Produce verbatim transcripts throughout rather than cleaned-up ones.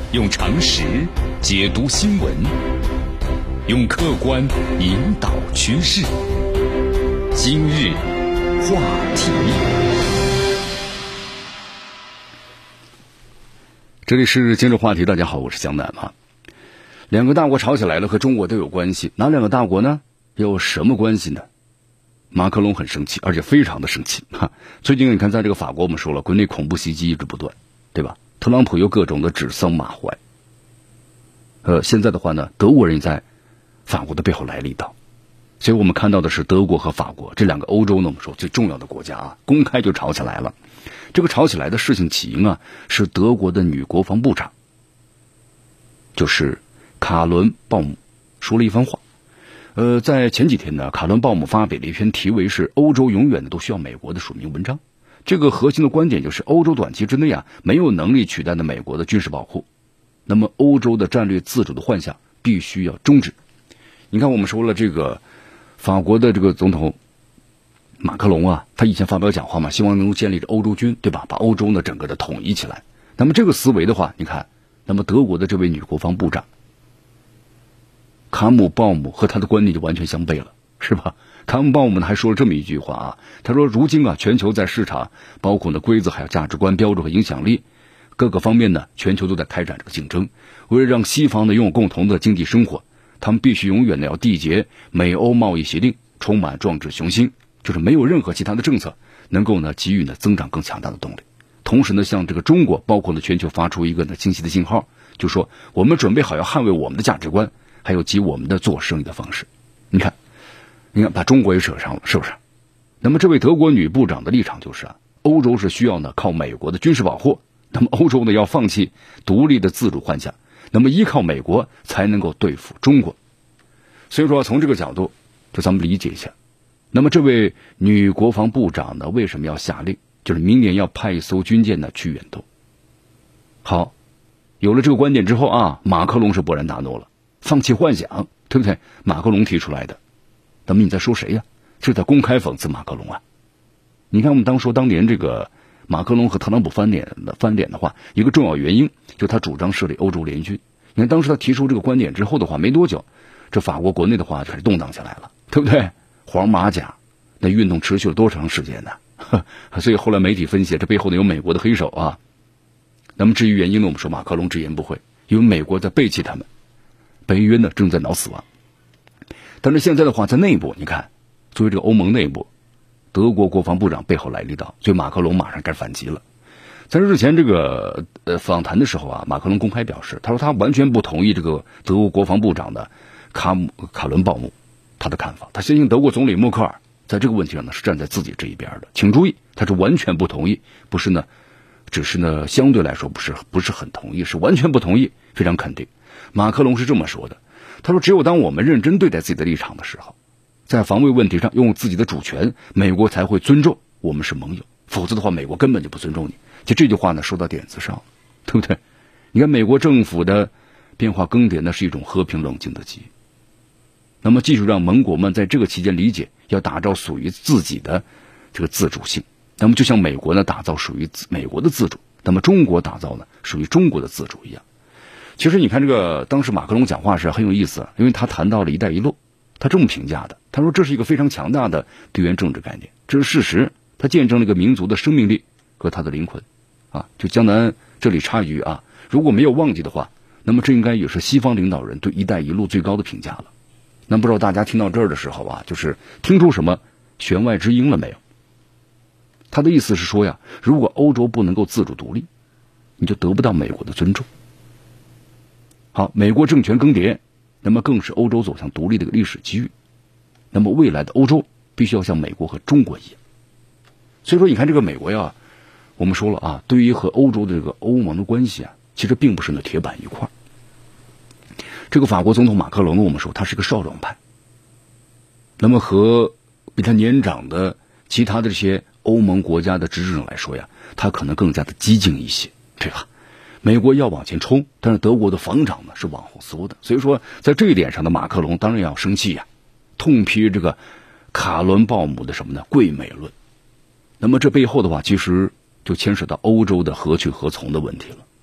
用常识解读新闻，用客观引导趋势。今日话题，这里是今日话题。大家好，我是江南啊。两个大国吵起来了，和中国都有关系。哪两个大国呢？有什么关系呢？马克龙很生气，而且非常的生气哈。最近你看，在这个法国，我们说了，国内恐怖袭击一直不断，对吧？特朗普有各种的指桑骂槐。呃，现在的话呢，德国人在法国的背后来了一刀，所以我们看到的是德国和法国这两个欧洲呢，我们说最重要的国家啊，公开就吵起来了。这个吵起来的事情起因啊，是德国的女国防部长，就是卡伦鲍姆说了一番话。呃，在前几天呢，卡伦鲍姆发表了一篇题为是欧洲永远的都需要美国的署名文章。这个核心的观点就是欧洲短期之内啊，没有能力取代的美国的军事保护，那么欧洲的战略自主的幻想必须要终止。你看我们说了，这个法国的这个总统马克龙啊，他以前发表讲话嘛，希望能够建立欧洲军，对吧？把欧洲呢整个的统一起来。那么这个思维的话，你看，那么德国的这位女国防部长卡姆鲍姆和他的观点就完全相悖了，是吧？卡姆鲍姆呢还说了这么一句话啊，他说如今啊，全球在市场包括呢规则还有价值观标准和影响力各个方面呢，全球都在开展这个竞争。为了让西方呢拥有共同的经济生活，他们必须永远的要缔结美欧贸易协定，充满壮志雄心，就是没有任何其他的政策能够呢给予呢增长更强大的动力。同时呢，向这个中国包括呢全球发出一个呢清晰的信号，就说我们准备好要捍卫我们的价值观，还有及我们的做生意的方式。你看，你看把中国也扯上了，是不是？那么这位德国女部长的立场就是啊，欧洲是需要呢靠美国的军事保护，那么欧洲呢要放弃独立的自主幻想，那么依靠美国才能够对付中国。所以说从这个角度就咱们理解一下，那么这位女国防部长呢为什么要下令，就是明年要派一艘军舰呢去远东。好，有了这个观点之后啊，马克龙是勃然大怒了，放弃幻想，对不对？马克龙提出来的。那么你在说谁呀？是在公开讽刺马克龙啊。你看我们当说当年这个马克龙和特朗普翻脸的翻脸的话，一个重要原因就他主张设立欧洲联军。你看当时他提出这个观点之后的话，没多久这法国国内的话就开始动荡起来了，对不对？黄马甲那运动持续了多长时间呢？所以后来媒体分析，这背后呢有美国的黑手啊。那么至于原因呢，我们说马克龙直言不讳，因为美国在背弃他们，北约呢正在闹死亡。但是现在的话，在内部你看，作为这个欧盟内部，德国国防部长背后来了一刀，所以马克龙马上开始反击了。在日前这个呃访谈的时候啊，马克龙公开表示，他说他完全不同意这个德国国防部长的卡姆卡伦鲍姆他的看法，他相信德国总理默克尔在这个问题上呢是站在自己这一边的。请注意，他是完全不同意，不是呢，只是呢相对来说不是不是很同意，是完全不同意，非常肯定。马克龙是这么说的，他说只有当我们认真对待自己的立场的时候，在防卫问题上拥有自己的主权，美国才会尊重我们是盟友，否则的话美国根本就不尊重你。就这句话呢说到点子上，对不对？你看美国政府的变化更迭呢是一种和平冷静的机遇，那么继续让盟国们在这个期间理解要打造属于自己的这个自主性，那么就像美国呢打造属于美国的自主，那么中国打造呢属于中国的自主一样。其实你看这个当时马克龙讲话是很有意思，因为他谈到了一带一路，他这么评价的，他说这是一个非常强大的地缘政治概念，这是事实，它见证了一个民族的生命力和他的灵魂啊。就江南这里插一句啊，如果没有忘记的话，那么这应该也是西方领导人对一带一路最高的评价了。那不知道大家听到这儿的时候啊，就是听出什么弦外之音了没有？他的意思是说呀，如果欧洲不能够自主独立，你就得不到美国的尊重。好，美国政权更迭，那么更是欧洲走向独立的一个历史机遇。那么未来的欧洲必须要像美国和中国一样。所以说你看这个美国呀，我们说了啊，对于和欧洲的这个欧盟的关系啊，其实并不是那铁板一块。这个法国总统马克龙呢，我们说他是个少壮派，那么和比他年长的其他的这些欧盟国家的执政者来说呀，他可能更加的激进一些，对吧？美国要往前冲，但是德国的防长呢是往后缩的，所以说在这一点上的马克龙当然要生气呀，痛批这个卡伦鲍姆的什么呢？贵美论。那么这背后的话，其实就牵涉到欧洲的何去何从的问题了。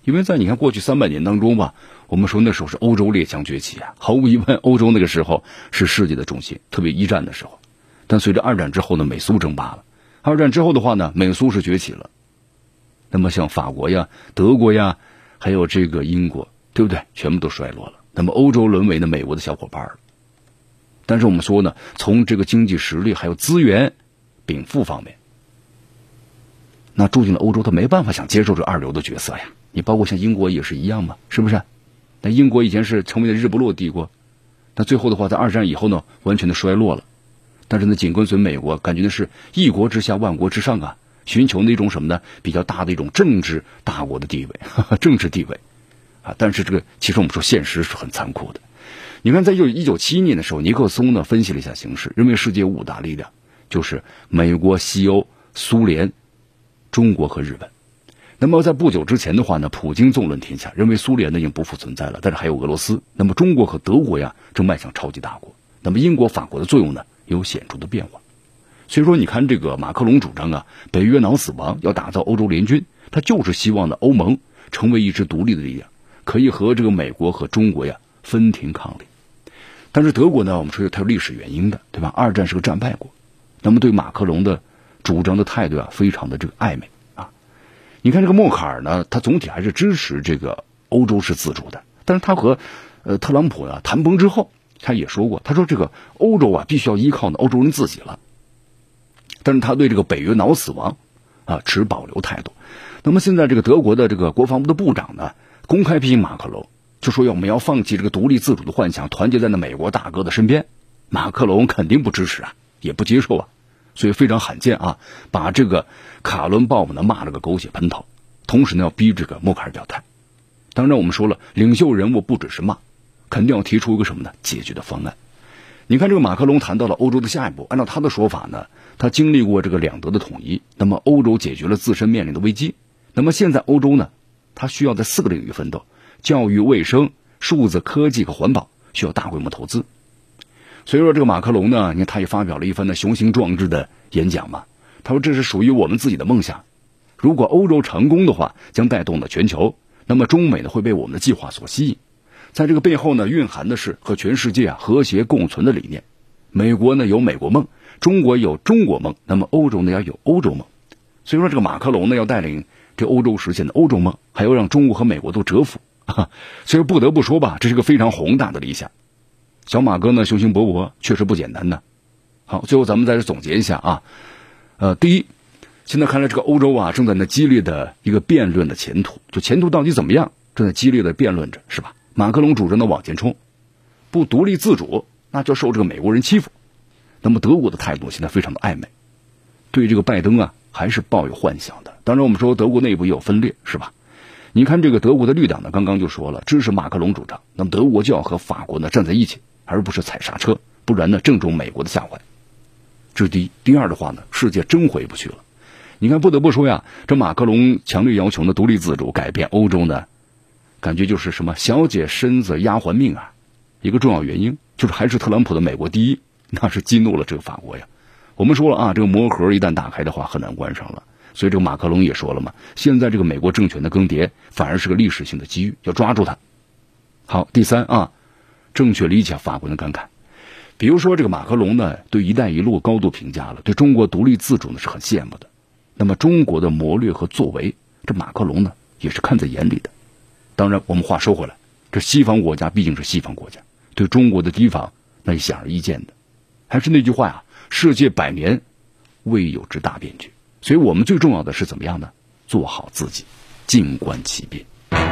因为在你看过去三百年当中吧，我们说那时候是欧洲列强崛起啊，毫无疑问，欧洲那个时候是世界的中心，特别一战的时候。但随着二战之后呢，美苏争霸了。二战之后的话呢，美苏是崛起了，那么像法国呀、德国呀，还有这个英国，对不对？全部都衰落了。那么欧洲沦为呢美国的小伙伴了。但是我们说呢，从这个经济实力还有资源禀赋方面，那注定了欧洲他没办法想接受这二流的角色呀。你包括像英国也是一样嘛，是不是？那英国以前是成为了日不落帝国，那最后的话在二战以后呢，完全的衰落了。但是呢，紧跟随美国，感觉那是一国之下万国之上啊，寻求那种什么呢？比较大的一种政治大国的地位，呵呵政治地位啊。但是这个其实我们说现实是很残酷的。你看，在一九七一年的时候，尼克松呢分析了一下形势，认为世界五大力量就是美国、西欧、苏联、中国和日本。那么在不久之前的话呢，普京纵论天下，认为苏联呢已经不复存在了，但是还有俄罗斯。那么中国和德国呀正迈向超级大国。那么英国、法国的作用呢有显著的变化。所以说你看这个马克龙主张啊，北约脑死亡，要打造欧洲联军，他就是希望呢欧盟成为一支独立的力量，可以和这个美国和中国呀分庭抗礼。但是德国呢，我们说它有历史原因的，对吧？二战是个战败国，那么对马克龙的主张的态度啊，非常的这个暧昧啊。你看这个默克尔呢，他总体还是支持这个欧洲是自主的，但是他和呃特朗普呢谈崩之后，他也说过，他说这个欧洲啊必须要依靠呢欧洲人自己了。但是他对这个北约脑死亡啊持保留态度。那么现在这个德国的这个国防部的部长呢，公开批评马克龙，就说要我们要放弃这个独立自主的幻想，团结在那美国大哥的身边。马克龙肯定不支持啊，也不接受啊，所以非常罕见啊，把这个卡伦鲍姆呢骂了个狗血喷头，同时呢要逼这个默克尔表态。当然我们说了，领袖人物不只是骂，肯定要提出一个什么呢解决的方案。你看这个马克龙谈到了欧洲的下一步，按照他的说法呢，他经历过这个两德的统一，那么欧洲解决了自身面临的危机，那么现在欧洲呢，它需要在四个领域奋斗：教育、卫生、数字科技和环保，需要大规模投资。所以说这个马克龙呢，你看他也发表了一番的雄心壮志的演讲嘛，他说这是属于我们自己的梦想，如果欧洲成功的话，将带动了全球，那么中美呢会被我们的计划所吸引，在这个背后呢蕴含的是和全世界啊和谐共存的理念。美国呢有美国梦，中国有中国梦，那么欧洲呢要有欧洲梦。所以说这个马克龙呢要带领这欧洲实现的欧洲梦，还要让中国和美国都折服啊。所以不得不说吧，这是个非常宏大的理想。小马哥呢雄心勃勃，确实不简单呢。好，最后咱们再总结一下啊。呃，第一，现在看来这个欧洲啊正在那激烈的一个辩论的前途，就前途到底怎么样，正在激烈的辩论着，是吧？马克龙主张的往前冲，不独立自主，那就受这个美国人欺负。那么德国的态度现在非常的暧昧，对这个拜登啊还是抱有幻想的。当然我们说德国内部也有分裂，是吧？你看这个德国的绿党呢刚刚就说了支持马克龙主张，那么德国就要和法国呢站在一起，而不是踩刹车，不然呢正中美国的下怀。这是第一。第二的话呢，世界真回不去了。你看不得不说呀，这马克龙强烈要求呢独立自主，改变欧洲呢，感觉就是什么小姐身子丫鬟命啊。一个重要原因就是还是特朗普的美国第一，那是激怒了这个法国呀。我们说了啊，这个魔盒一旦打开的话很难关上了，所以这个马克龙也说了嘛，现在这个美国政权的更迭反而是个历史性的机遇，要抓住它。好，第三啊，正确理解法国的感慨。比如说这个马克龙呢对一带一路高度评价了，对中国独立自主呢是很羡慕的。那么中国的谋略和作为，这马克龙呢也是看在眼里的。当然我们话说回来，这西方国家毕竟是西方国家，对中国的提防那是显而易见的。还是那句话呀，世界百年未有之大变局。所以我们最重要的是怎么样呢？做好自己，静观其变。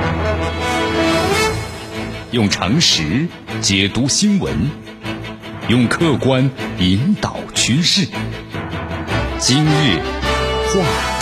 用常识解读新闻，用客观引导趋势。今日话